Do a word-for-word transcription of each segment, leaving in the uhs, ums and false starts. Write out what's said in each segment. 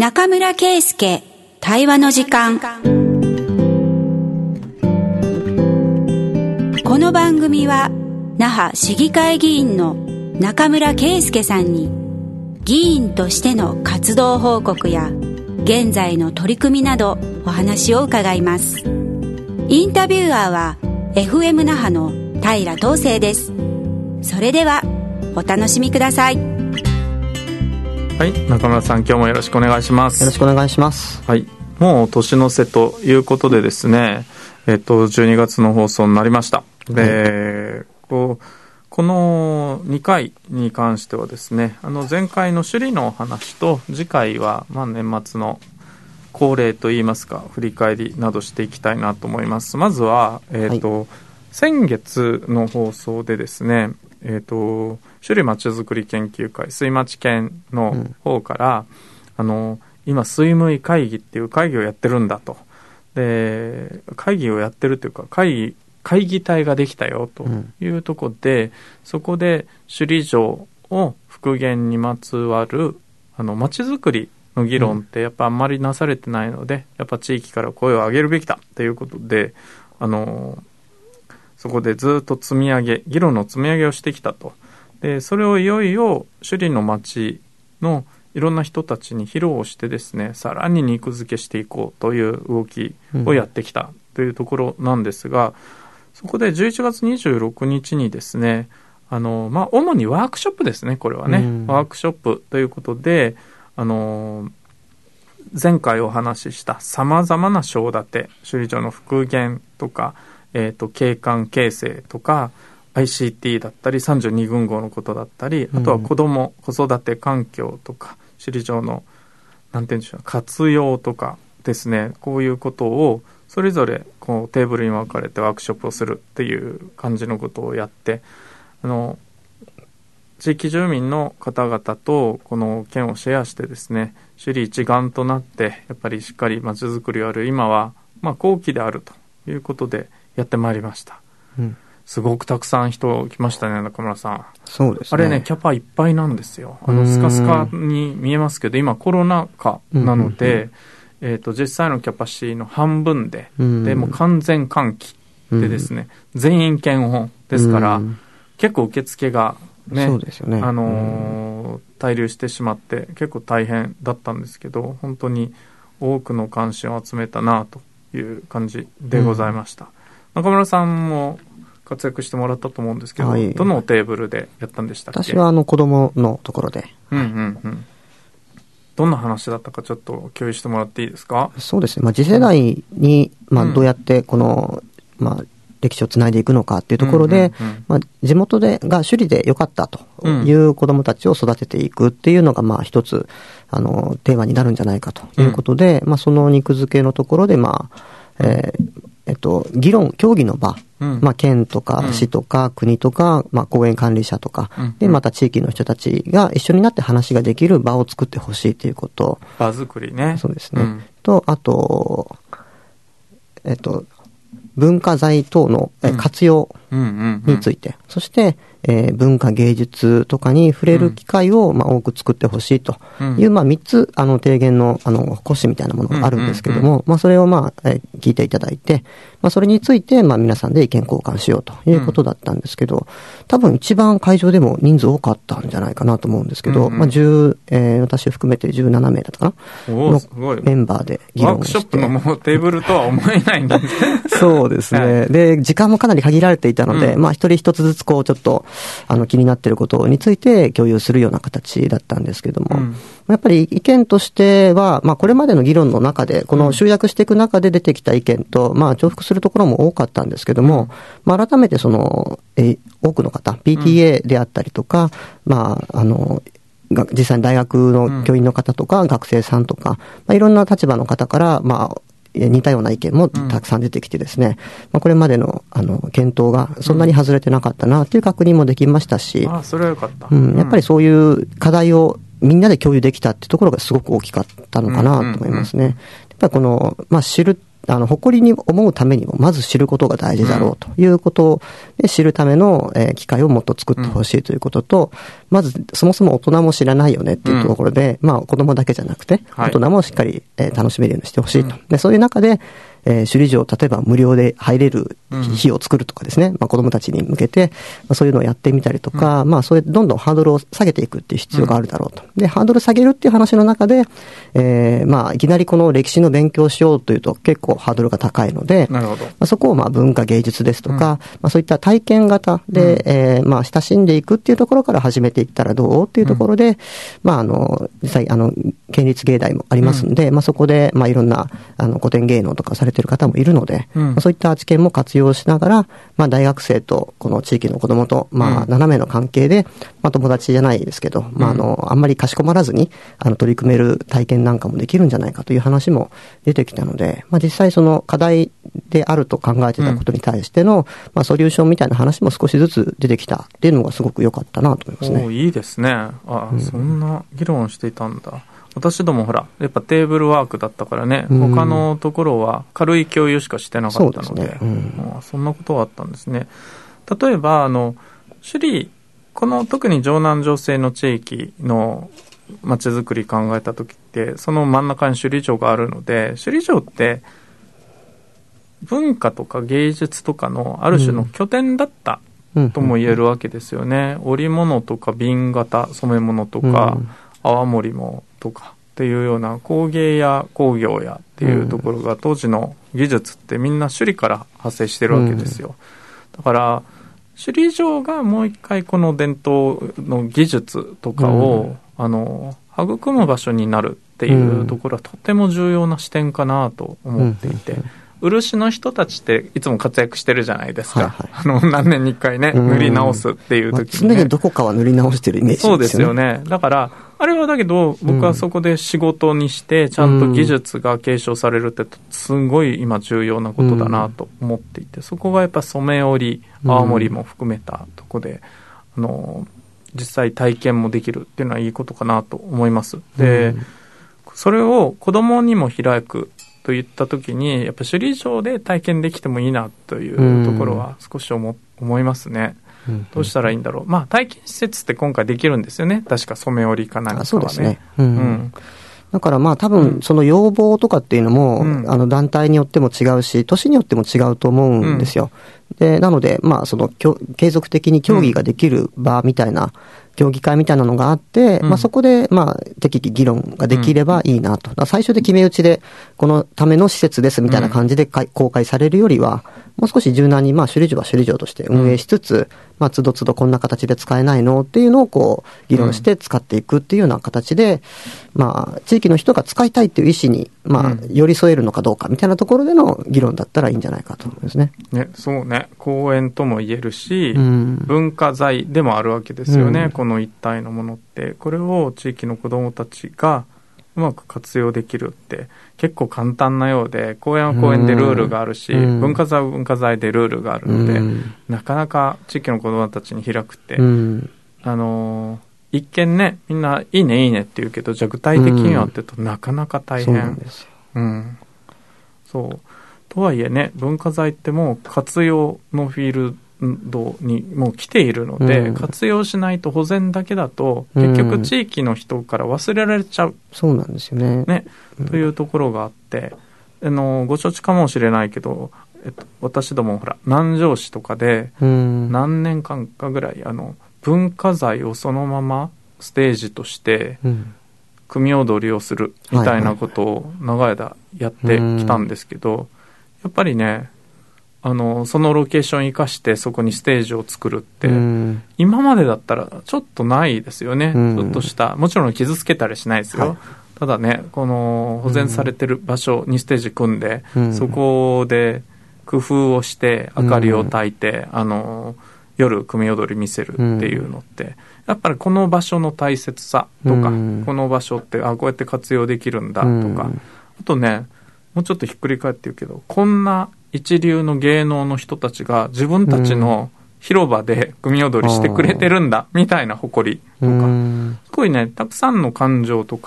中村圭介対話の時間。この番組は那覇市議会議員の中村圭介さんに議員としての活動報告や現在の取り組みなどお話を伺います。インタビュアーは エフエム 那覇の平東成です。それではお楽しみください。 はい、中村さん、今日もよろしくお願いします。 よろしくお願いします。 はい、もう年の瀬ということでですね、えっとじゅうにがつの放送になりました。で、はい、こうこのにかいに関してはですね、あの前回の首里のお話と次回はまあ年末の恒例といいますか振り返りなどしていきたいなと思います。まずは、えーとはい、先月の放送でですね、えーと首里まちづくり研究会水町研の方から、うん、あの今水務会議っていう会議をやってるんだと。で会議をやってるというか会議会議体ができたよというところで、うん、そこで首里城を復元にまつわるあの街づくりの議論ってやっぱあんまりなされてないので、うん、やっぱ地域から声を上げるべきだということで、あのそこでずっと積み上げ議論の積み上げをしてきたと。でそれをいよいよ首里の町のいろんな人たちに披露してですね、さらに肉付けしていこうという動きをやってきたというところなんですが、うん、そこでじゅういちがつにじゅうろくにちにですね、あの、まあ、主にワークショップですね、これはね、うん、ワークショップということで、あの、前回お話ししたさまざまな章立て、首里城の復元とか、えっと、景観形成とか、アイシーティー だったり、さんじゅうにぐんごうのことだったり、あとは子ども、うん、子育て環境とか、首里城の、なんていうんでしょう、活用とかですね、こういうことを、それぞれこうテーブルに分かれてワークショップをするっていう感じのことをやって、あの地域住民の方々とこの県をシェアしてですね、首里一丸となってやっぱりしっかりまちづくりをやる今は、まあ、後期であるということでやってまいりました、うん、すごくたくさん人来ましたね、中村さん。 そうですね、 あれねキャパいっぱいなんですよ。あのスカスカに見えますけど今コロナ禍なので、うんうんうん、えー、と実際のキャパシティの半分で、うん、でもう完全換気でですね、うん、全員検温ですから、うん、結構受付がね、そうですよね、あのー、滞留してしまって結構大変だったんですけど、本当に多くの関心を集めたなという感じでございました、うん、中村さんも活躍してもらったと思うんですけど、はい、どのテーブルでやったんでしたっけ？ 私はあの子供のところで、 うんうんうん、どんな話だったかちょっと共有してもらっていいですか？ そうですね、まあ、次世代に、まあ、どうやってこの、うん、まあ、歴史をつないでいくのかっていうところで、うんうんうん、まあ、地元でが首里で良かったという子どもたちを育てていくっていうのが、まあ、一つあのテーマになるんじゃないかということで、うん、まあ、その肉付けのところで、まあえーえっと、議論協議の場、うん、まあ、県とか市とか国とか、まあ、公園管理者とか、うん、でまた地域の人たちが一緒になって話ができる場を作ってほしいということ。 場作りね。 そうですね、うん、とあとえっと文化財等の活用について、うんうんうんうん、そして、えー、文化芸術とかに触れる機会を、まあ、多く作ってほしいという、うん、まあ、みっつあの提言のあの骨子みたいなものがあるんですけども、うんうんうん、まあ、それを、まあえー、聞いていただいて、まあ、それについて、まあ、皆さんで意見交換しようということだったんですけど、うん、多分一番会場でも人数多かったんじゃないかなと思うんですけど、うんうん、まあ、じゅう、えー、私含めてじゅうななめいだったかなのメンバーで議論をして、 ワークショップのもうテーブルとは思えないんだねそうですね、はい、で時間もかなり限られていたので、うん、まあ、一人一つずつこうちょっとあの気になっていることについて共有するような形だったんですけども、うん、やっぱり意見としては、まあ、これまでの議論の中でこの集約していく中で出てきた意見と、まあ、重複するところも多かったんですけども、まあ、改めてそのえ多くの方 ピーティーエー であったりとか、まあ、あの実際に大学の教員の方とか、学生さんとか、まあ、いろんな立場の方から、まあ似たような意見もたくさん出てきてですね、うん、まあ、これまでのあの検討がそんなに外れてなかったなという確認もできましたし、うん、 あ、それはよかった、 うん、やっぱりそういう課題をみんなで共有できたっていうところがすごく大きかったのかなと思いますね、うんうんうん、やっぱりこの、まあ、知るあの、誇りに思うためにも、まず知ることが大事だろうということで、知るための、えー、機会をもっと作ってほしいということと、うん、まず、そもそも大人も知らないよねっていうところで、うん、まあ、子供だけじゃなくて、大人もしっかり、えー、楽しめるようにしてほしいと。うん、で、そういう中で、えー、首里城、例えば無料で入れる日を作るとかですね、うん、まあ子供たちに向けて、まあ、そういうのをやってみたりとか、うん、まあそういうどんどんハードルを下げていくっていう必要があるだろうと。で、ハードル下げるっていう話の中で、えー、まあいきなりこの歴史の勉強をしようというと結構ハードルが高いので、 なるほど。 まあ、そこをまあ文化芸術ですとか、うん、まあそういった体験型で、うん、えー、まあ親しんでいくっていうところから始めていったらどうっていうところで、うん、まああの、実際あの、県立芸大もありますので、うん、まあそこでまあいろんなあの古典芸能とかされている方もいるので、うん、そういった知見も活用しながら、まあ、大学生とこの地域の子どもと、まあ、斜めの関係で、まあ、友達じゃないですけど、うん、まあ、あの、あんまりかしこまらずに、あの、取り組める体験なんかもできるんじゃないかという話も出てきたので、まあ、実際その課題であると考えてたことに対しての、うん、まあ、ソリューションみたいな話も少しずつ出てきたっていうのがすごく良かったなと思いますね。 おいいですね。あ、うん、そんな議論をしていたんだ。私どもほら、やっぱテーブルワークだったからね、うん、他のところは軽い共有しかしてなかったので、 そうですね、うん、そんなことがあったんですね。例えば、あの、首里、この特に城南城西の地域の街づくり考えたときって、その真ん中に首里城があるので、首里城って文化とか芸術とかのある種の拠点だったとも言えるわけですよね。うん、織物とか紅型染め物とか、うん、泡盛もとかっていうような工芸や工業やっていうところが、当時の技術ってみんな首里から発生してるわけですよ。うん、だから首里城がもう一回この伝統の技術とかを、うん、あの育む場所になるっていうところはとても重要な視点かなと思っていて、うん、漆の人たちっていつも活躍してるじゃないですか。はいはい、あの何年に一回ね、塗り直すっていう時に、ね、 まあ、常にどこかは塗り直してるイメージですよね。 そうですよね。だからあれはだけど僕はそこで仕事にしてちゃんと技術が継承されるってすごい今重要なことだなと思っていて、そこがやっぱ染め織り泡盛も含めたとこで、あの実際体験もできるっていうのはいいことかなと思います。で、それを子供にも開くといったときにやっぱ首里城で体験できてもいいなというところは少し思、思いますね。どうしたらいいんだろう。まあ体験施設って今回できるんですよね。確か染め織りか何かはね。 そうですね。うん。うん、だからまあ多分その要望とかっていうのも、うん、あの団体によっても違うし、年によっても違うと思うんですよ。うん、で、なのでまあその継続的に協議ができる場みたいな、うん、協議会みたいなのがあって、うん、まあそこでまあ適宜議論ができればいいなと。うん、最初で決め打ちでこのための施設ですみたいな感じで公開されるよりは、もう少し柔軟にまあ首里城は首里城として運営しつつ、うん、まあつどつどこんな形で使えないのっていうのをこう議論して使っていくっていうような形で、うん、まあ地域の人が使いたいっていう意思にまあ寄り添えるのかどうかみたいなところでの議論だったらいいんじゃないかと思いますね。 ね、そうね、公園とも言えるし、うん、文化財でもあるわけですよね。うん、この一帯のものってこれを地域の子どもたちがうまく活用できるって結構簡単なようで、公園は公園でルールがあるし、うん、文化財は文化財でルールがあるので、うん、なかなか地域の子どもたちに開くって、うん、あのー、一見ねみんないいねいいねって言うけど、じゃあ具体的にはって言うとなかなか大変。そうなんですよ。うん、そうとはいえね、文化財ってもう活用のフィールドにもう来ているので、うん、活用しないと保全だけだと結局地域の人から忘れられちゃう、うん、 そうなんですよね、 ね、うん、というところがあって、あのご承知かもしれないけど、えっと、私どもほら南城市とかで何年間かぐらいあの文化財をそのままステージとして組踊りをするみたいなことを長い間やってきたんですけど、やっぱりね、あのそのロケーション生かしてそこにステージを作るって、うん、今までだったらちょっとないですよね、うん、ちょっとしたもちろん傷つけたりしないですよ、はい、ただねこの保全されてる場所にステージ組んで、うん、そこで工夫をして明かりを焚いて、うん、あの夜組踊り見せるっていうのって、うん、やっぱりこの場所の大切さとか、うん、この場所ってあこうやって活用できるんだとか、うん、あとねもうちょっとひっくり返って言うけど、こんな一流の芸能の人たちが自分たちの広場で組踊りしてくれてるんだみたいな誇りとか、すごいねたくさんの感情とか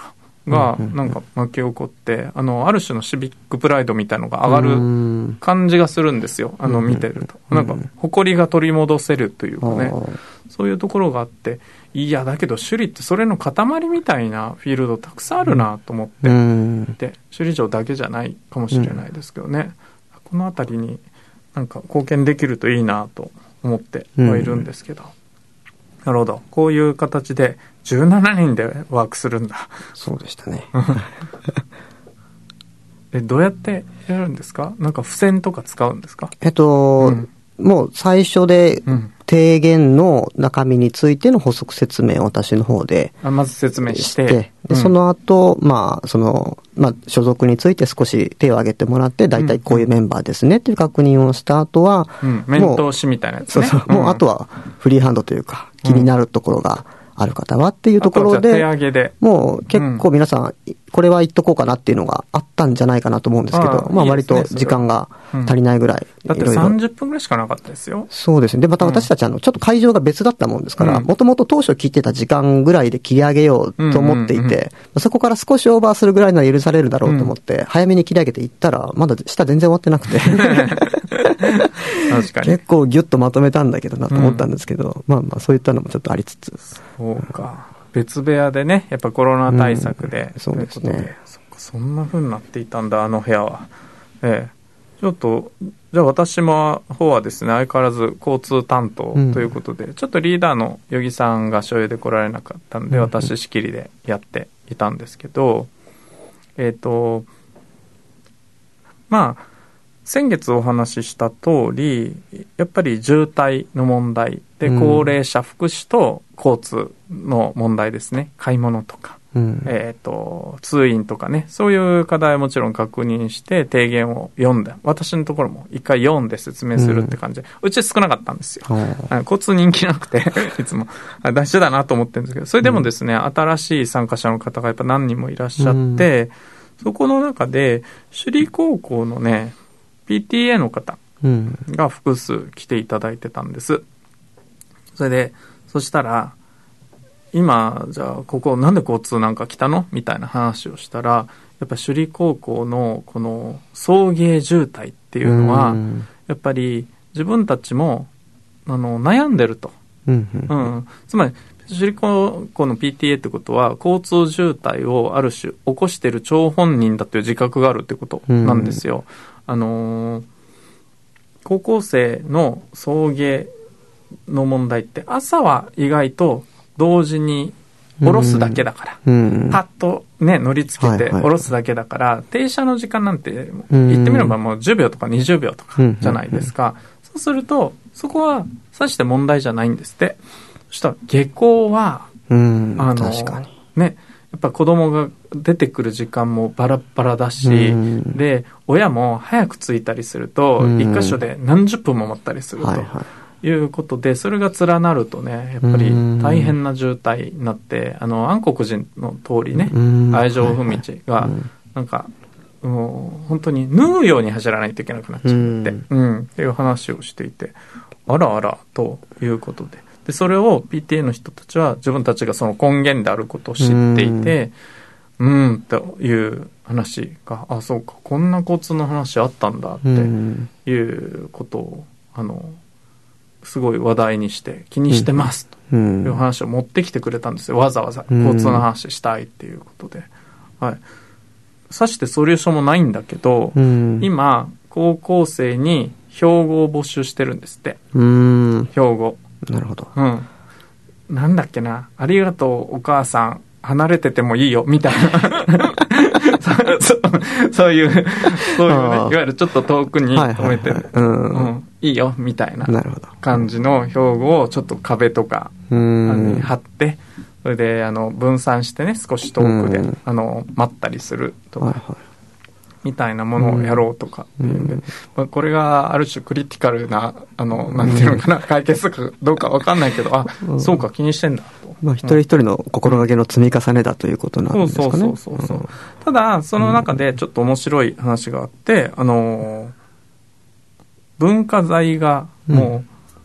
がなんか巻き起こって、あのある種のシビックプライドみたいのが上がる感じがするんですよ。あの見てるとなんか誇りが取り戻せるというかね、そういうところがあって、いやだけど首里ってそれの塊みたいなフィールドたくさんあるなと思って、で首里城だけじゃないかもしれないですけどね、この辺りになんか貢献できるといいなと思ってはいるんですけど、なるほど、こういう形でじゅうななにんでワークするんだ。 そうでしたね。 え、どうやってやるんですか？なんか付箋とか使うんですか？ えっと、うん、もう最初で提言の中身についての補足説明を私の方で、 あ、まず説明して、 で、うん、その後、まあ、その、まあ、所属について少し手を挙げてもらって、大体こういうメンバーですねっていう確認をした後は、 うん、面通しみたいなやつね。 そうそう、うん、もうあとはフリーハンドというか、気になるところがある方はっていうところで、 手上げでもう結構皆さん、これは言っとこうかなっていうのがあったんじゃないかなと思うんですけど、あまあ割と時間が足りないぐらい。 だってさんじゅっぷんぐらいしかなかったですよ。 そうですね。で、また私たちあの、ちょっと会場が別だったもんですから、もともと当初聞いてた時間ぐらいで切り上げようと思っていて、そこから少しオーバーするぐらいなら許されるだろうと思って、早めに切り上げていったら、まだ下全然終わってなくて。 確かに。 結構ギュッとまとめたんだけどなと思ったんですけど、まあまあそういったのもちょっとありつつ。 そうか。別部屋でね、やっぱコロナ対策で、 うん、そうですね。 そっか、そんな風になっていたんだ、あの部屋は。ええ。ちょっと、じゃあ私も方はですね、相変わらず交通担当ということで、うん、ちょっとリーダーの余木さんが所有で来られなかったんで、うん、私仕切りでやっていたんですけど、えっと、まあ、先月お話しした通り、やっぱり渋滞の問題で、高齢者福祉と交通の問題ですね。買い物とか、うん、えっと、通院とかね、そういう課題はもちろん確認して提言を読んで、私のところも一回読んで説明するって感じで、うん、うち少なかったんですよ。交通人気なくて、いつも大事だなと思ってるんですけど、それでもですね、うん、新しい参加者の方がやっぱ何人もいらっしゃって、うん、そこの中で、首里高校のね、ピーティーエー の方が複数来ていただいてたんです。それで、そしたら、今、じゃあ、ここなんで交通なんか来たのみたいな話をしたら、やっぱ首里高校のこの送迎渋滞っていうのは、やっぱり自分たちもあの悩んでると。うんうん、つまり、首里高校の ピーティーエー ってことは、交通渋滞をある種起こしている張本人だという自覚があるってことなんですよ。あのー、高校生の送迎の問題って朝は意外と同時に降ろすだけだから、うんうん、パッとね乗りつけて降ろすだけだから、はいはい、停車の時間なんて言ってみればもうじゅうびょうとかにじゅうびょうとかじゃないですか、うんうんうん、そうするとそこはさして問題じゃないんですって。そしたら下校は、うん、あの確かにね、やっぱ子供が出てくる時間もバラバラだし、うん、で親も早く着いたりすると、うん、一箇所で何十分も待ったりすると、はいはい、いうことで、それが連なるとね、やっぱり大変な渋滞になって、あの安国寺の通りね、愛情踏道がなんか、もう本当に縫うように走らないといけなくなっちゃって、うんうん、っていう話をしていて、あらあらということで。でそれを ピーティーエー の人たちは自分たちがその根源であることを知っていて、うーんという話が、あ、そうか、こんな交通の話あったんだっていうことを、あのすごい話題にして気にしてますという話を持ってきてくれたんですよ。わざわざ交通の話したいっていうことで、はい。さしてソリューションもないんだけど、今高校生に標語を募集してるんですって。標語。なるほど。うん。なんだっけな、ありがとうお母さん、離れててもいいよみたいなそ, そ, そういうそういうね、いわゆるちょっと遠くに止めて、はいはいはい、うんうん、いいよみたいな感じの標語をちょっと壁とかに貼って、それであの分散してね、少し遠くであの待ったりするとか、はいはい、みたいなものをやろうとかっていうんで、うん、まあ、これがある種クリティカルな、あの、なんていうのかな、解決策かどうかわかんないけど、あ、うん、そうか、気にしてんだと。 まあ、一人一人の心がけの積み重ねだということなんですかね。 そうそうそうそう、うん、ただ、その中でちょっと面白い話があって、あの、文化財がもう、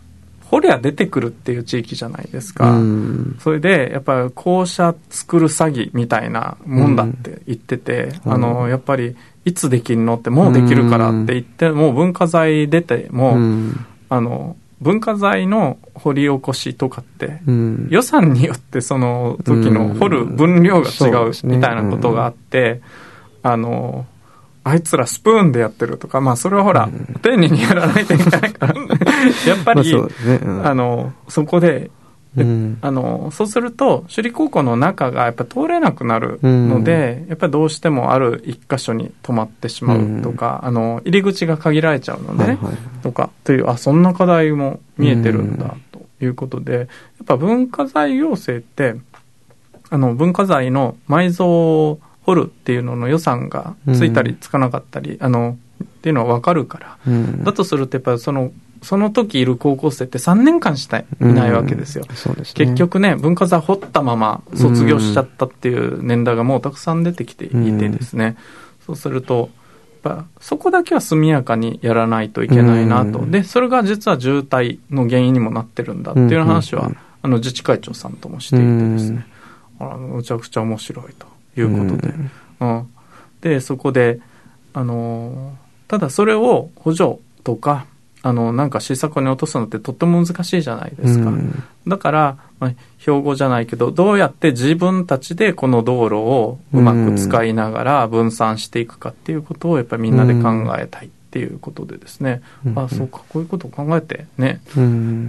掘りゃ出てくるっていう地域じゃないですか。うん、それでやっぱり校舎作る詐欺みたいなもんだって言ってて、うん、あのやっぱりいつできるのってもうできるからって言って、うん、もう文化財出ても、うん、あの文化財の掘り起こしとかって、うん、予算によってその時の掘る分量が違うみたいなことがあって、うん、あのあいつらスプーンでやってるとか、まあそれはほら、うん、丁寧にやらないといけないからやっぱり、そうですね、うん、あのそこで、うん、あのそうすると首里高校の中がやっぱ通れなくなるので、うん、やっぱりどうしてもある一箇所に止まってしまうとか、うん、あの入り口が限られちゃうので、ね、はいはい、とかという、あ、そんな課題も見えてるんだということで、やっぱ文化財行政ってあの文化財の埋蔵を掘るっていうのの予算がついたりつかなかったり、うん、あのっていうのは分かるから、うん、だとするとやっぱりそのその時いる高校生ってさんねんかんしかいないわけですよ、うん、そうですね、結局ね文化財掘ったまま卒業しちゃったっていう年代がもうたくさん出てきていてですね、うん、そうするとやっぱそこだけは速やかにやらないといけないなと、うん、でそれが実は渋滞の原因にもなってるんだっていう話は、うん、あの自治会長さんともしていてですね、うん、あのむちゃくちゃ面白いということで、うんうん、でそこで、あのー、ただそれを補助とかあのなんか施策に落とすのってとっても難しいじゃないですか、うん、だから、まあ、標語じゃないけどどうやって自分たちでこの道路をうまく使いながら分散していくかっていうことをやっぱりみんなで考えたいっていうことでですね、うん、あ、そうか、こういうことを考えてね、うん、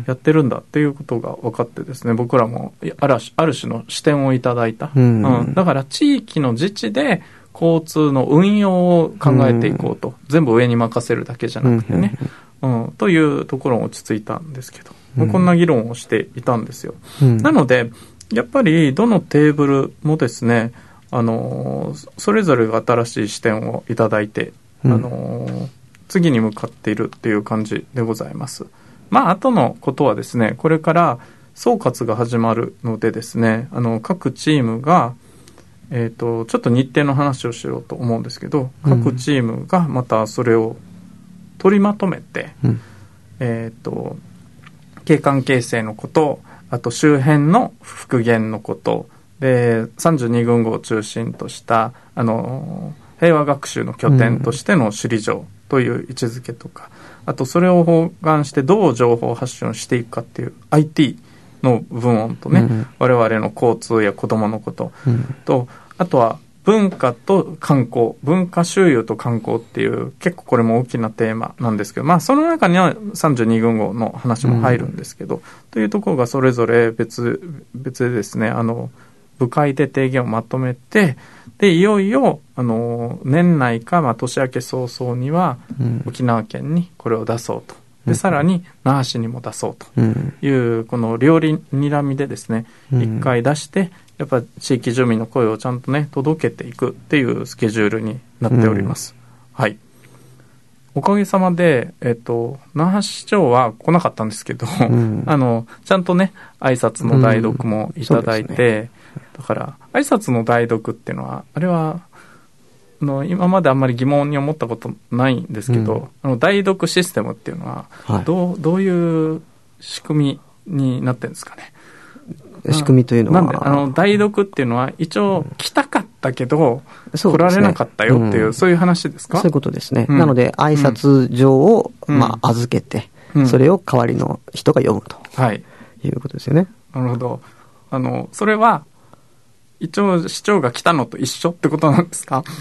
やってるんだっていうことが分かってですね、僕らもあるある種の視点をいただいた、うんうん、だから地域の自治で交通の運用を考えていこうと、うん、全部上に任せるだけじゃなくてね、うんうん、というところに落ち着いたんですけど、うん、こんな議論をしていたんですよ、うん、なのでやっぱりどのテーブルもですね、あのそれぞれが新しい視点をいただいて、うん、あの次に向かっているっていう感じでございます。まあ後のことはですね、これから総括が始まるのでですね、あの各チームがえーと、ちょっと日程の話をしようと思うんですけど、各チームがまたそれを取りまとめて、うん、えーと、景観形成のこと、あと周辺の復元のことで、さんじゅうにぐんごを中心としたあの平和学習の拠点としての首里城という位置づけとか、あとそれを包含してどう情報発信をしていくかっていう アイティー の分音とね、うん、我々の交通や子どものこと、うん、とあとは文化と観光、文化周遊と観光っていう結構これも大きなテーマなんですけど、まあその中にはさんじゅうにぐんごの話も入るんですけど、うん、というところがそれぞれ別別でですね、あの部会で提言をまとめて、でいよいよあの年内か、まあ、年明け早々には沖縄県にこれを出そうと。でさらに那覇市にも出そうという、うん、この両輪睨みでですね、一、うん、回出してやっぱ地域住民の声をちゃんとね届けていくっていうスケジュールになっております、うん、はい。おかげさまで、えっと、那覇市長は来なかったんですけど、うん、あのちゃんとね挨拶の代読もいただいて、うんね、だから挨拶の代読っていうのはあれはの今まであんまり疑問に思ったことないんですけど、うん、あの代読システムっていうのはどう、はい、どういう仕組みになってるんですかね。 仕組みというのはなんであの代読っていうのは一応来たかったけど、うん、来られなかったよっていう、うん、そういう話ですか。 そういうことですね、うん、なので挨拶状を、うんまあ、預けて、うん、それを代わりの人が読むと、はい、いうことですよね。 なるほど。あのそれは一応市長が来たのと一緒ってことなんですか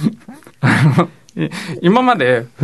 今まで、うん、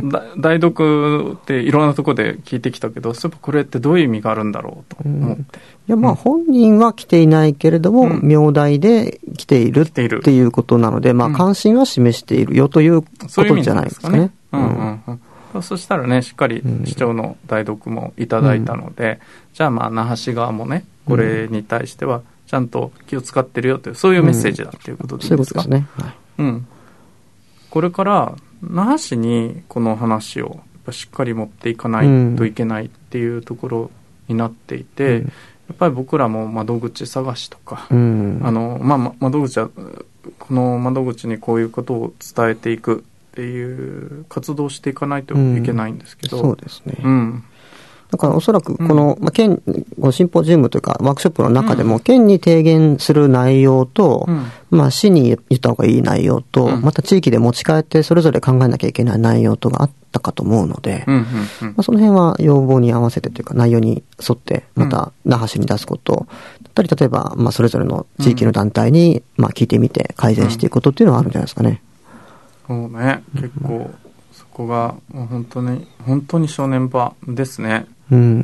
代読っていろんなところで聞いてきたけど、そういえばこれってどういう意味があるんだろうと思って、うん、いやまあ本人は来ていないけれども、うん、名代で来ているっていうことなので、まあ、関心は示しているよということじゃないですかね。 そしたらねしっかり市長の代読もいただいたので、うん、じゃあまあ那覇市側もねこれに対してはちゃんと気を使ってるよというそういうメッセージだっていうことでいいですか。 そういうことですね、はい。 うん、これから那覇市にこの話をやっぱしっかり持っていかないといけないっていうところになっていて、うん、やっぱり僕らも窓口探しとか、うん、あのまあ、窓口はこの窓口にこういうことを伝えていくっていう活動をしていかないといけないんですけど、 うん、そうですね、 うん、 だからおそらくこの、うんまあ、県、このシンポジウムというかワークショップの中でも、県に提言する内容と、うんまあ、市に言った方がいい内容と、うん、また地域で持ち帰ってそれぞれ考えなきゃいけない内容とがあったかと思うので、うんうんうんまあ、その辺は要望に合わせてというか内容に沿ってまた那覇市に出すことだったり、例えば、まあ、それぞれの地域の団体に、まあ、聞いてみて改善していくことっていうのはあるんじゃないですかね。 そうね、結構そこが本当に本当に正念場ですね。うん、うん、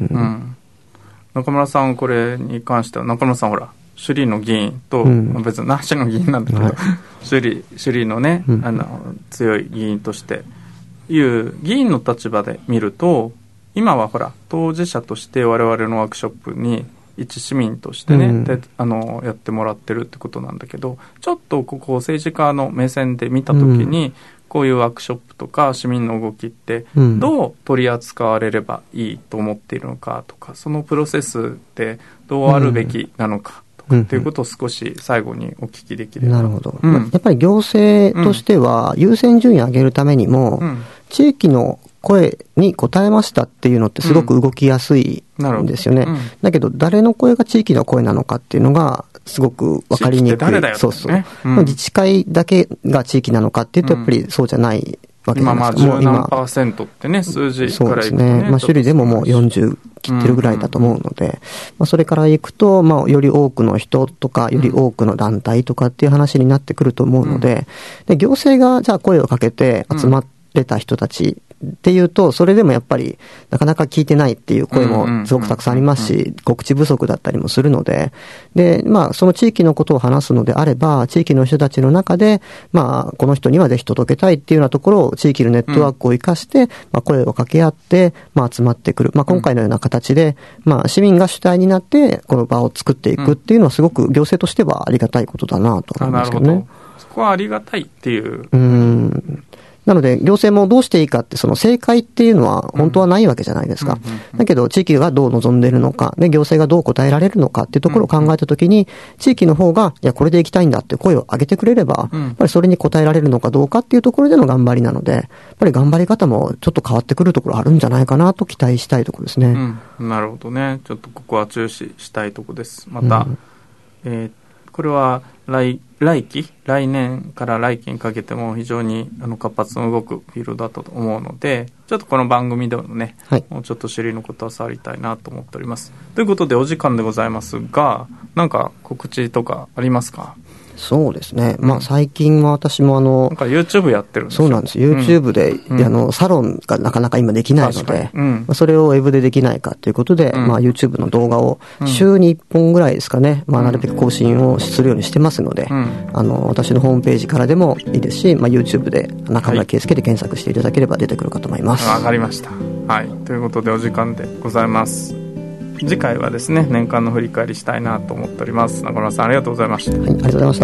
中村さんこれに関しては中村さんほら首里の議員と、うん、別に那覇市の議員なんだけど、はい、首里首里のね、うん、あの強い議員としていう議員の立場で見ると、今はほら当事者として我々のワークショップに一市民としてね、うん、であのやってもらってるってことなんだけど、ちょっとここ政治家の目線で見たときに、うん、こういうワークショップとか市民の動きってどう取り扱われればいいと思っているのかとか、そのプロセスってどうあるべきなのかとかっていうことを少し最後にお聞きできれば。 なるほど、うん、やっぱり行政としては優先順位を上げるためにも、うん、地域の声に応えましたっていうのってすごく動きやすいんですよね、うんうん、だけど誰の声が地域の声なのかっていうのがすごく分かりにくい。誰だよってね、そうそう、うん、自治会だけが地域なのかっていうとやっぱりそうじゃないわけじゃないですか。 今まあじゅう何パーセントってね、数字からいくとね、そうですね、 まあ、種類でももうよんじゅう切ってるぐらいだと思うので、うんうんまあ、それからいくと、まあ、より多くの人とかより多くの団体とかっていう話になってくると思うので、うん、で行政がじゃあ声をかけて集まってた人たちっていうと、それでもやっぱりなかなか聞いてないっていう声もすごくたくさんありますし、告知不足だったりもするので、で、まあその地域のことを話すのであれば、地域の人たちの中で、まあこの人にはぜひ届けたいっていうようなところを地域のネットワークを生かして、まあ声を掛け合って、まあ集まってくる。まあ今回のような形で、まあ市民が主体になってこの場を作っていくっていうのはすごく行政としてはありがたいことだなと思いますけどね。 なるほど。そこはありがたいっていう。 うーん。なので行政もどうしていいかって、その正解っていうのは本当はないわけじゃないですか。だけど地域がどう望んでいるのか、で行政がどう答えられるのかっていうところを考えたときに、地域の方がいやこれで行きたいんだって声を上げてくれれば、やっぱりそれに応えられるのかどうかっていうところでの頑張りなので、やっぱり頑張り方もちょっと変わってくるところあるんじゃないかなと期待したいところですね。 うん、なるほどね。ちょっとここは注視したいところです。また、うん、えー、これは来来期来年から来期にかけても非常にあの活発に動くフィールドだと思うので、ちょっとこの番組でもね、はい、もうちょっと首里のことは触りたいなと思っております。ということでお時間でございますが、なんか告知とかありますか？ そうですね、まあ、最近は私もあのなんか YouTube やってるんですよ。 そうなんです。 YouTube で、うん、あのサロンがなかなか今できないので、うんまあ、それをウェブでできないかということで、うんまあ、YouTube の動画を週にいっぽんぐらいですかね、まあ、なるべく更新をするようにしてますので、うん、あの私のホームページからでもいいですし、まあ、YouTube で中村圭介で検索していただければ出てくるかと思います。 わ、はい、かりました、はい、ということでお時間でございます。次回はですね、年間の振り返りしたいなと思っております。中村さんありがとうございました。 はい、ありがとうございました。